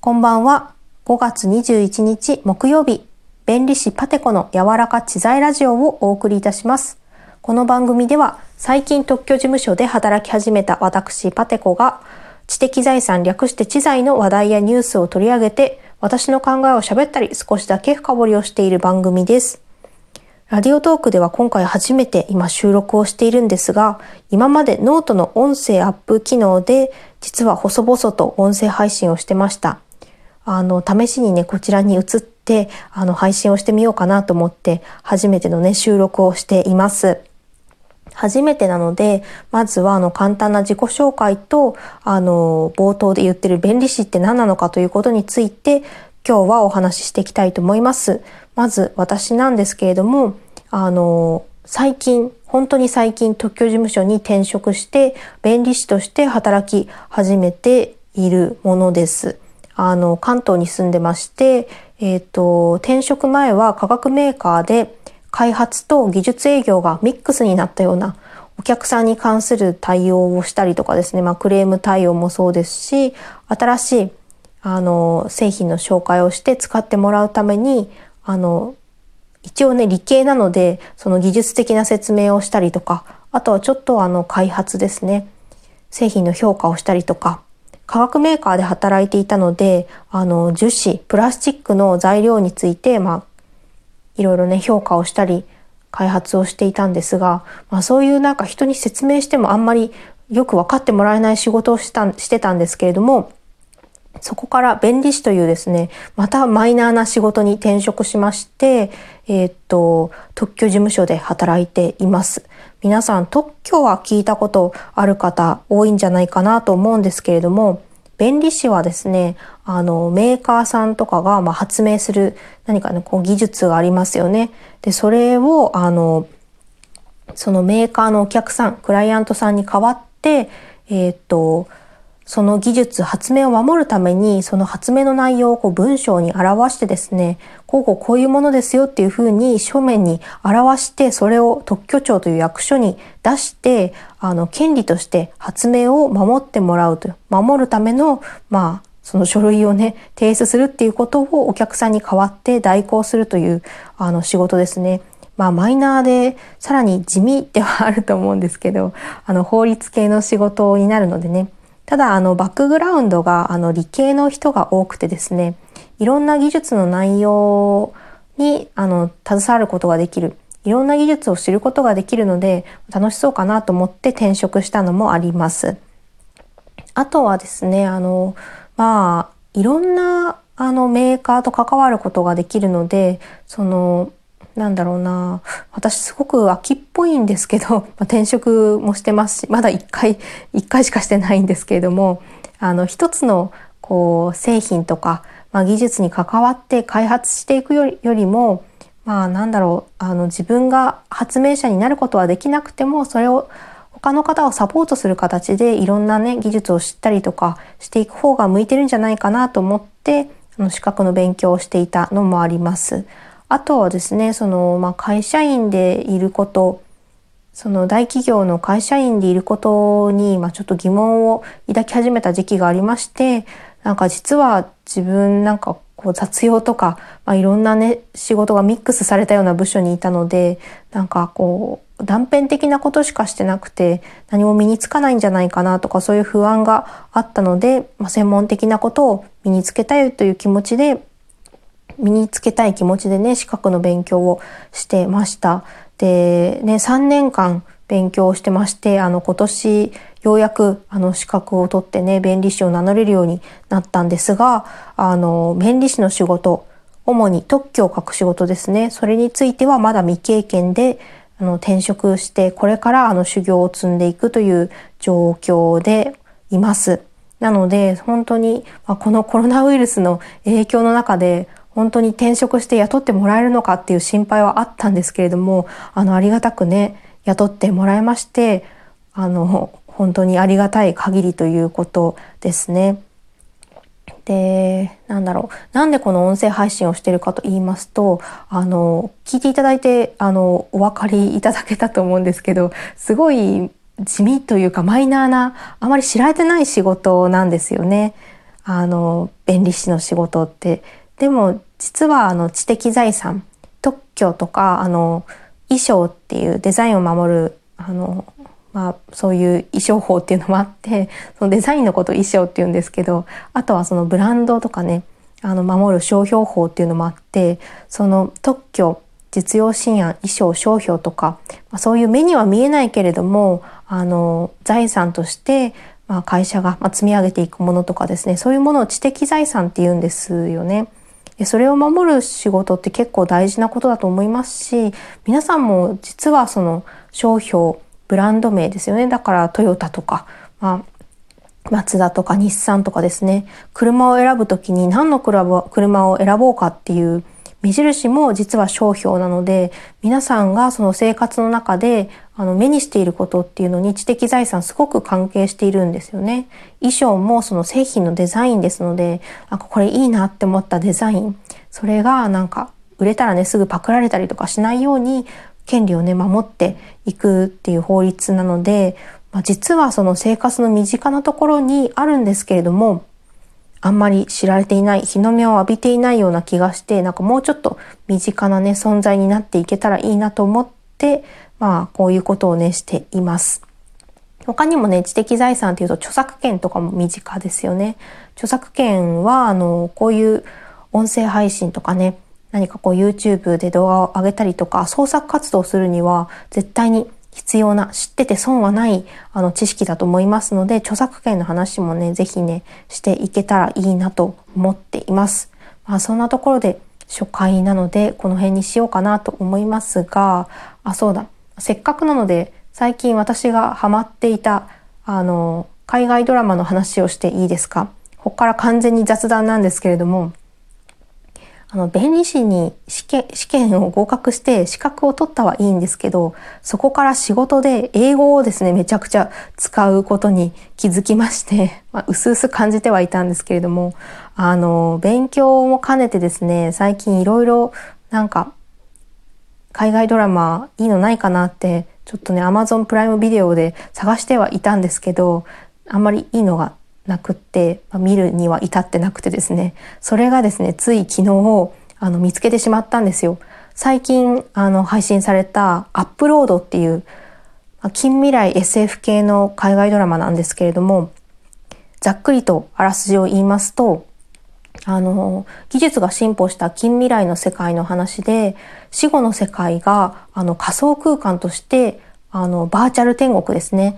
こんばんは。5月21日木曜日、弁理士パテコの柔らか知財ラジオをお送りいたします。この番組では最近特許事務所で働き始めた私パテコが知的財産略して知財の話題やニュースを取り上げて私の考えを喋ったり少しだけ深掘りをしている番組です。ラジオトークでは今回初めて今収録をしているんですが、今までノートの音声アップ機能で実は細々と音声配信をしてました。試しにね、こちらに移って配信をしてみようかなと思って初めてのね、収録をしています。初めてなので、まずは簡単な自己紹介と冒頭で言ってる弁理士って何なのかということについて今日はお話ししていきたいと思います。まず私なんですけれども、本当に最近特許事務所に転職して弁理士として働き始めているものです。関東に住んでまして、転職前は化学メーカーで開発と技術営業がミックスになったようなお客さんに関する対応をしたりとかですね、クレーム対応もそうですし、新しい製品の紹介をして使ってもらうために一応ね、理系なのでその技術的な説明をしたりとか、あとはちょっと開発ですね、製品の評価をしたりとか、化学メーカーで働いていたので樹脂プラスチックの材料についていろいろね、評価をしたり開発をしていたんですが、そういう人に説明してもあんまりよく分かってもらえない仕事をしてたんですけれども、そこから弁理士というですね、またマイナーな仕事に転職しまして、特許事務所で働いています。皆さん特許は聞いたことある方多いんじゃないかなと思うんですけれども、弁理士はですね、メーカーさんとかが発明する何かね、技術がありますよね。で、それをそのメーカーのお客さん、クライアントさんに代わって、その技術、発明を守るために、その発明の内容を文章に表してですね、こういうものですよっていうふうに書面に表して、それを特許庁という役所に出して、権利として発明を守ってもらうという、守るための、その書類をね、提出するっていうことをお客さんに代わって代行するという、仕事ですね。マイナーで、さらに地味ではあると思うんですけど、法律系の仕事になるのでね、ただバックグラウンドが理系の人が多くてですね、いろんな技術の内容に携わることができる、いろんな技術を知ることができるので楽しそうかなと思って転職したのもあります。あとはですね、いろんなメーカーと関わることができるので、私すごく秋っぽいんですけど、転職もしてますし、まだ一回しかしてないんですけれども、一つの製品とか、技術に関わって開発していくよりも、自分が発明者になることはできなくても、それを他の方をサポートする形でいろんなね、技術を知ったりとかしていく方が向いてるんじゃないかなと思って、資格の勉強をしていたのもあります。あとはですね、会社員でいること、大企業の会社員でいることに、ちょっと疑問を抱き始めた時期がありまして、実は自分雑用とか、いろんなね、仕事がミックスされたような部署にいたので、断片的なことしかしてなくて、何も身につかないんじゃないかなとか、そういう不安があったので、専門的なことを身につけたいという気持ちで、ね、資格の勉強をしてました。で、ね、3年間勉強してまして、今年ようやく資格を取ってね、弁理士を名乗れるようになったんですが、弁理士の仕事、主に特許を書く仕事ですね。それについてはまだ未経験で、転職して、これから修行を積んでいくという状況でいます。なので、本当に、このコロナウイルスの影響の中で、本当に転職して雇ってもらえるのかっていう心配はあったんですけれども、ありがたくね、雇ってもらいまして、本当にありがたい限りということですね。で、なんでこの音声配信をしているかと言いますと、聞いていただいて、お分かりいただけたと思うんですけど、すごい地味というかマイナーな、あまり知られてない仕事なんですよね。 弁理士の仕事って。でも実は知的財産、特許とか衣装っていうデザインを守るそういう衣装法っていうのもあって、そのデザインのことを衣装って言うんですけど、あとはそのブランドとかね、守る商標法っていうのもあって、その特許、実用新案、衣装、商標とか、そういう目には見えないけれども、財産として、会社が積み上げていくものとかですね、そういうものを知的財産って言うんですよね。それを守る仕事って結構大事なことだと思いますし、皆さんも実はその商標、ブランド名ですよね。だからトヨタとか、マツダとか日産とかですね、車を選ぶときに何の車を選ぼうかっていう目印も実は商標なので、皆さんがその生活の中で目にしていることっていうのに知的財産すごく関係しているんですよね。衣装もその製品のデザインですので、これいいなって思ったデザイン、それが売れたらねすぐパクられたりとかしないように権利をね守っていくっていう法律なので、実はその生活の身近なところにあるんですけれども、あんまり知られていない、日の目を浴びていないような気がして、もうちょっと身近なね存在になっていけたらいいなと思って、こういうことをねしています。他にもね、知的財産っていうと著作権とかも身近ですよね。著作権はこういう音声配信とかね、何かYouTube で動画を上げたりとか創作活動をするには絶対に必要な、知ってて損はない知識だと思いますので、著作権の話もねぜひねしていけたらいいなと思っています。そんなところで初回なのでこの辺にしようかなと思いますが、そうだ、せっかくなので最近私がハマっていた海外ドラマの話をしていいですか？ここから完全に雑談なんですけれども、弁理士に試験を合格して資格を取ったはいいんですけど、そこから仕事で英語をですね、めちゃくちゃ使うことに気づきまして、うすうす感じてはいたんですけれども、勉強も兼ねてですね、最近いろいろ海外ドラマいいのないかなって、ちょっとね、Amazon プライムビデオで探してはいたんですけど、あんまりいいのがなくって、見るには至ってなくてですね、それがですね、つい昨日見つけてしまったんですよ。最近配信されたアップロードっていう近未来 SF 系の海外ドラマなんですけれども、ざっくりとあらすじを言いますと、技術が進歩した近未来の世界の話で、死後の世界が仮想空間としてバーチャル天国ですね。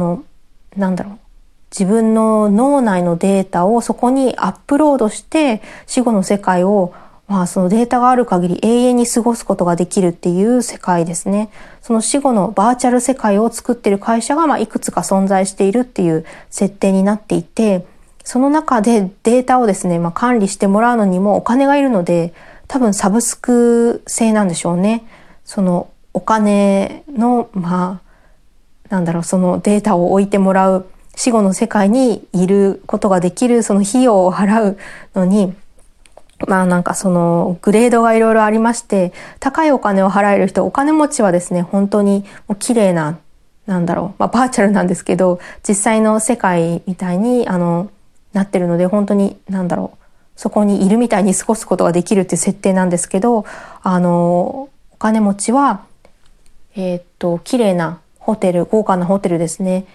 自分の脳内のデータをそこにアップロードして死後の世界をそのデータがある限り永遠に過ごすことができるっていう世界ですね。その死後のバーチャル世界を作っている会社がいくつか存在しているっていう設定になっていて、その中でデータをですね、管理してもらうのにもお金がいるので、多分サブスク制なんでしょうね。そのお金のそのデータを置いてもらう、死後の世界にいることができるその費用を払うのに、そのグレードがいろいろありまして、高いお金を払える人、お金持ちはですね、本当にもう綺麗な、バーチャルなんですけど、実際の世界みたいになってるので、本当にそこにいるみたいに過ごすことができるっていう設定なんですけど、お金持ちは綺麗なホテル、豪華なホテルですね。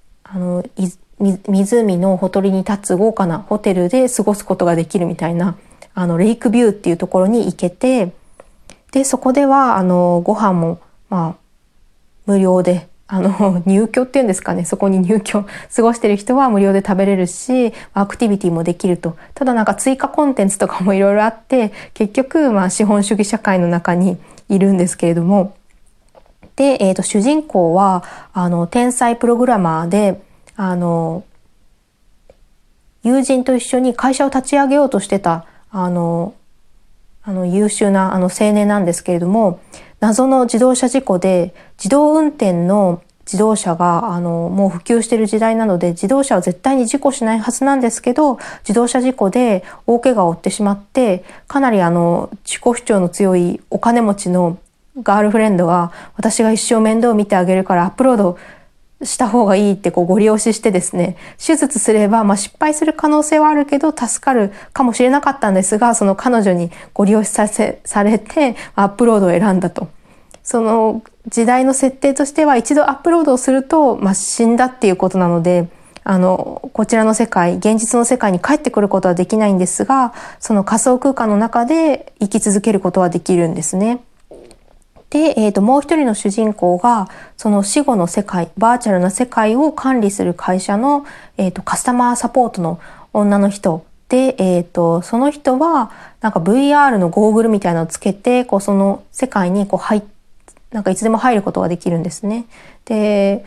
湖のほとりに立つ豪華なホテルで過ごすことができるみたいな、レイクビューっていうところに行けて、で、そこでは、ご飯も、無料で、入居っていうんですかね、そこに入居、過ごしてる人は無料で食べれるし、アクティビティもできると。ただ追加コンテンツとかもいろいろあって、結局、資本主義社会の中にいるんですけれども、で、主人公は、天才プログラマーで、友人と一緒に会社を立ち上げようとしてた、優秀な青年なんですけれども、謎の自動車事故で、自動運転の自動車が、もう普及している時代なので、自動車は絶対に事故しないはずなんですけど、自動車事故で大怪我を負ってしまって、かなり自己主張の強いお金持ちのガールフレンドが、私が一生面倒を見てあげるからアップロードした方がいいってご利用ししてですね、手術すれば、失敗する可能性はあるけど助かるかもしれなかったんですが、その彼女にご利用しされてアップロードを選んだと。その時代の設定としては一度アップロードをすると、死んだっていうことなので、こちらの世界、現実の世界に帰ってくることはできないんですが、その仮想空間の中で生き続けることはできるんですね。で、もう一人の主人公が、その死後の世界、バーチャルな世界を管理する会社の、カスタマーサポートの女の人で、その人は、なんか VR のゴーグルみたいなのをつけて、その世界になんかいつでも入ることができるんですね。で、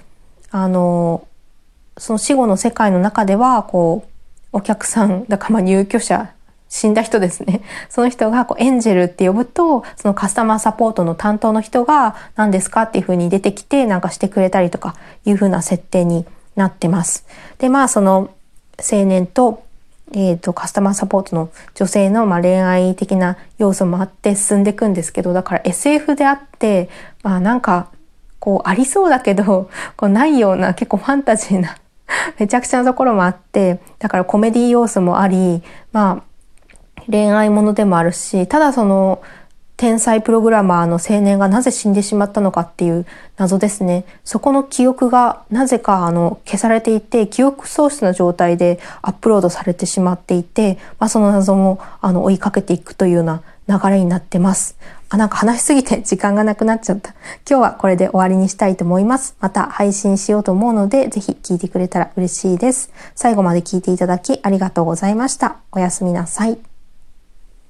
その死後の世界の中では、お客さん、だから入居者、死んだ人ですね。その人がエンジェルって呼ぶと、そのカスタマーサポートの担当の人が何ですかっていう風に出てきてなんかしてくれたりとかいう風な設定になってます。で、その青年と、カスタマーサポートの女性の恋愛的な要素もあって進んでいくんですけど、だから SF であって、なんかありそうだけど、ないような結構ファンタジーなめちゃくちゃなところもあって、だからコメディ要素もあり、恋愛ものでもあるし、ただその天才プログラマーの青年がなぜ死んでしまったのかっていう謎ですね。そこの記憶がなぜか消されていて、記憶喪失の状態でアップロードされてしまっていて、その謎も追いかけていくというような流れになってます。なんか話しすぎて時間がなくなっちゃった。今日はこれで終わりにしたいと思います。また配信しようと思うので、ぜひ聞いてくれたら嬉しいです。最後まで聞いていただきありがとうございました。おやすみなさい。